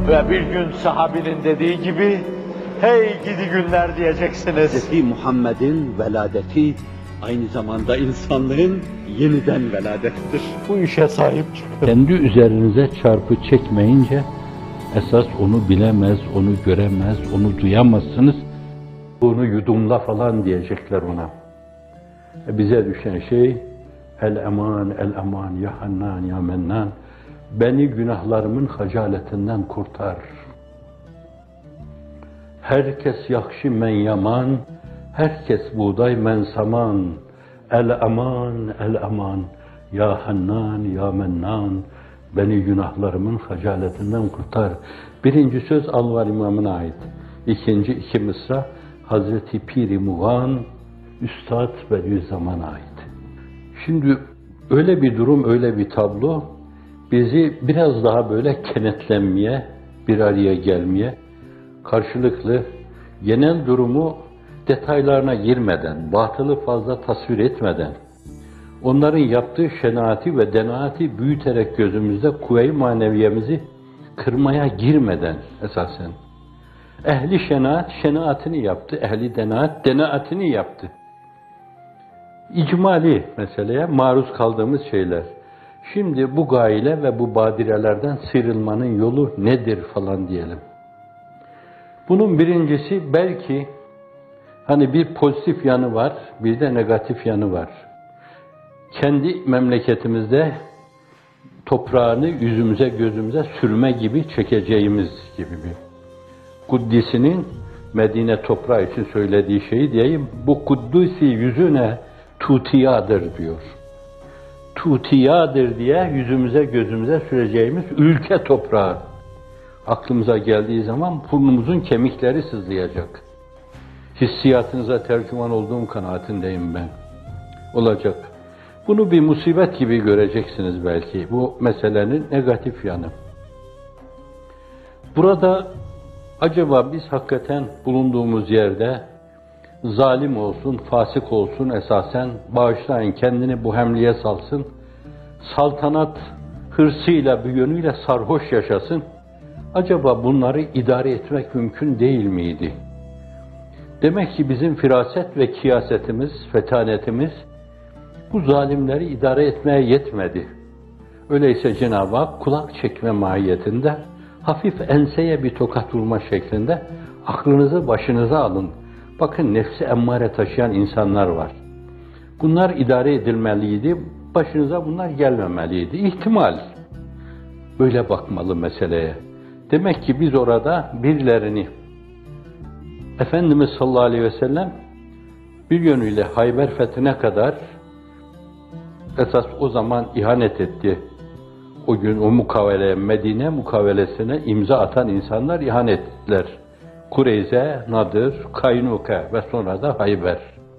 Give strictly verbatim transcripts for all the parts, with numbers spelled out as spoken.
Ve bir gün sahabinin dediği gibi, hey gidi günler diyeceksiniz. Hazreti Muhammed'in veladeti aynı zamanda insanlığın yeniden veladettir. Bu işe sahip çıkın. Kendi üzerinize çarpı çekmeyince, esas onu bilemez, onu göremez, onu duyamazsınız. Bunu yudumla falan diyecekler ona. E bize düşen şey, el eman, el eman, ya hannan, ya mennan. Beni günahlarımın hacaletinden kurtar. Herkes yakşı men yaman, herkes buğday men saman. El eman, el eman, ya hannan, ya mennan. Beni günahlarımın hacaletinden kurtar. Birinci söz Anvar İmam'ına ait. İkinci iki mısra Hazreti Pir-i Muğan, Üstad Bediüzzaman'a ait. Şimdi öyle bir durum, öyle bir tablo bizi biraz daha böyle kenetlenmeye, bir araya gelmeye, karşılıklı genel durumu detaylarına girmeden, batılı fazla tasvir etmeden, onların yaptığı şenaati ve denaati büyüterek gözümüzde kuvve-i maneviyemizi kırmaya girmeden esasen. Ehli şenaat, şenaatini yaptı, ehli denaat, denaatini yaptı. İcmali meseleye maruz kaldığımız şeyler. Şimdi bu gaile ve bu badirelerden sıyrılmanın yolu nedir falan diyelim. Bunun birincisi belki hani bir pozitif yanı var, bir de negatif yanı var. Kendi memleketimizde toprağını yüzümüze gözümüze sürme gibi çekeceğimiz gibi bir. Kuddisi'nin Medine toprağı için söylediği şeyi diyeyim, bu Kuddusi yüzüne tutiyadır diyor. Tutiyadır diye yüzümüze gözümüze süreceğimiz ülke toprağı. Aklımıza geldiği zaman burnumuzun kemikleri sızlayacak. Hissiyatınıza tercüman olduğum kanaatindeyim ben. Olacak. Bunu bir musibet gibi göreceksiniz belki. Bu meselenin negatif yanı. Burada acaba biz hakikaten bulunduğumuz yerde zalim olsun, fasık olsun esasen, bağışlayın kendini bu hemliye salsın, saltanat hırsıyla, bir yönüyle sarhoş yaşasın, acaba bunları idare etmek mümkün değil miydi? Demek ki bizim firaset ve kiyasetimiz, fetanetimiz, bu zalimleri idare etmeye yetmedi. Öyleyse Cenab-ı Hak kulak çekme mahiyetinde, hafif enseye bir tokat vurma şeklinde, aklınızı başınıza alın. Bakın nefsi emmare taşıyan insanlar var. Bunlar idare edilmeliydi, başınıza bunlar gelmemeliydi. İhtimal. Böyle bakmalı meseleye. Demek ki biz orada birilerini, Efendimiz sallallahu aleyhi ve sellem bir yönüyle Hayber fethine kadar esas o zaman ihanet etti. O gün o mukavele, Medine mukavelesine imza atan insanlar ihanet ettiler. Kureyze, Nadir, Kaynuka ve sonra da Hayber.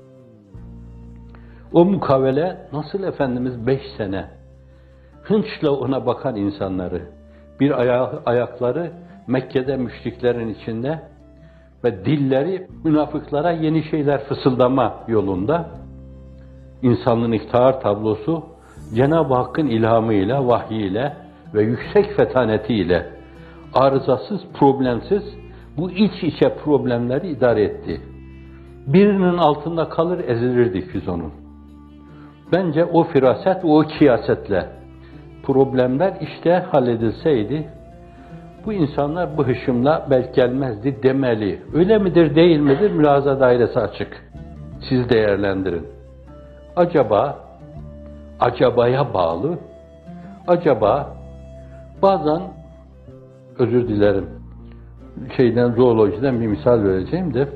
O mukavele nasıl Efendimiz beş sene hınçla ona bakan insanları, bir aya ayakları Mekke'de müşriklerin içinde ve dilleri münafıklara yeni şeyler fısıldama yolunda, insanlığın ihtihar tablosu Cenab-ı Hakk'ın ilhamıyla, vahyiyle ve yüksek fetanetiyle arızasız, problemsiz bu iç içe problemleri idare etti. Birinin altında kalır ezilirdik biz onun. Bence o firaset, o kiyasetle problemler işte halledilseydi, bu insanlar bu hışımla belki gelmezdi demeli. Öyle midir, değil midir? Mülahaza dairesi açık. Siz değerlendirin. Acaba, acabaya bağlı, acaba bazen, özür dilerim, şeyden, zoolojiden bir misal vereceğim de,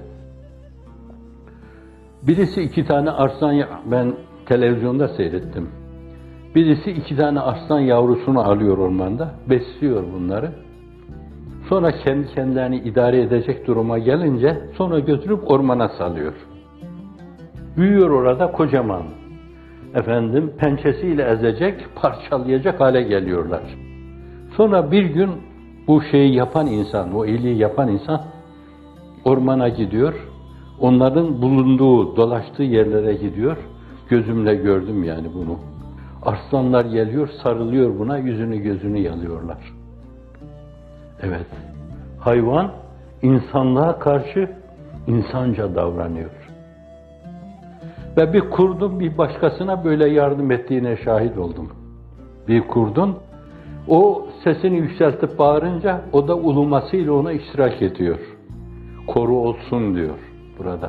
birisi iki tane arslan, ben televizyonda seyrettim. Birisi iki tane arslan yavrusunu alıyor ormanda, besliyor bunları. Sonra kendi kendilerini idare edecek duruma gelince, sonra götürüp ormana salıyor. Büyüyor orada kocaman. Efendim, pençesiyle ezecek, parçalayacak hale geliyorlar. Sonra bir gün bu şeyi yapan insan, o iyiliği yapan insan ormana gidiyor. Onların bulunduğu, dolaştığı yerlere gidiyor. Gözümle gördüm yani bunu. Arslanlar geliyor, sarılıyor buna, yüzünü gözünü yalıyorlar. Evet, hayvan insanlığa karşı insanca davranıyor. Ve bir kurdun bir başkasına böyle yardım ettiğine şahit oldum. Bir kurdun, o sesini yükseltip bağırınca, o da ulumasıyla ona iştirak ediyor. Koru olsun diyor burada.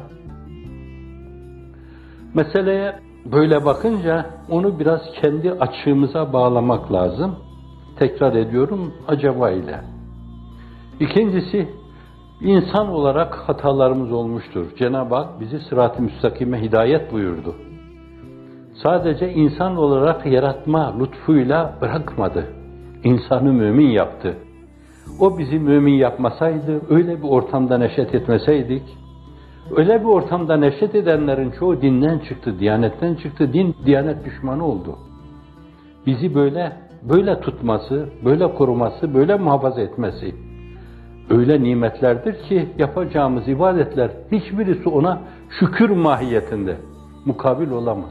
Meseleye böyle bakınca, onu biraz kendi açığımıza bağlamak lazım. Tekrar ediyorum, acaba ile. İkincisi, insan olarak hatalarımız olmuştur. Cenab-ı Hak bizi sırat-ı müstakime hidayet buyurdu. Sadece insan olarak yaratma lütfuyla bırakmadı. İnsanı mümin yaptı. O bizi mümin yapmasaydı, öyle bir ortamda neşet etmeseydik, öyle bir ortamda neşet edenlerin çoğu dinden çıktı, diyanetten çıktı, din, diyanet düşmanı oldu. Bizi böyle, böyle tutması, böyle koruması, böyle muhafaza etmesi, öyle nimetlerdir ki yapacağımız ibadetler hiçbirisi ona şükür mahiyetinde mukabil olamaz.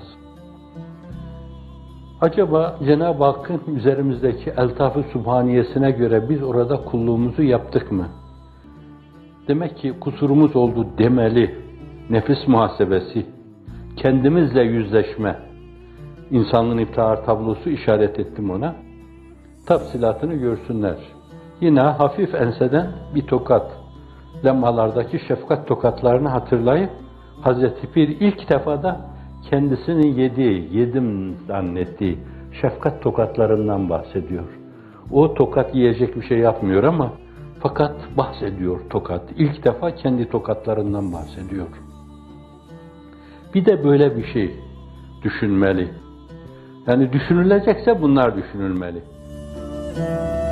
Acaba Cenab-ı Hakk'ın üzerimizdeki eltaf-ı sübhaniyesine göre biz orada kulluğumuzu yaptık mı? Demek ki kusurumuz oldu demeli, nefis muhasebesi, kendimizle yüzleşme, insanlığın iftihar tablosu işaret ettim ona, tafsilatını görsünler. Yine hafif enseden bir tokat, lemhalardaki şefkat tokatlarını hatırlayıp, Hazreti Pir ilk defada kendisinin yediği, yedim zannettiği şefkat tokatlarından bahsediyor. O tokat yiyecek bir şey yapmıyor ama fakat bahsediyor tokat. İlk defa kendi tokatlarından bahsediyor. Bir de böyle bir şey düşünmeli. Yani düşünülecekse bunlar düşünülmeli.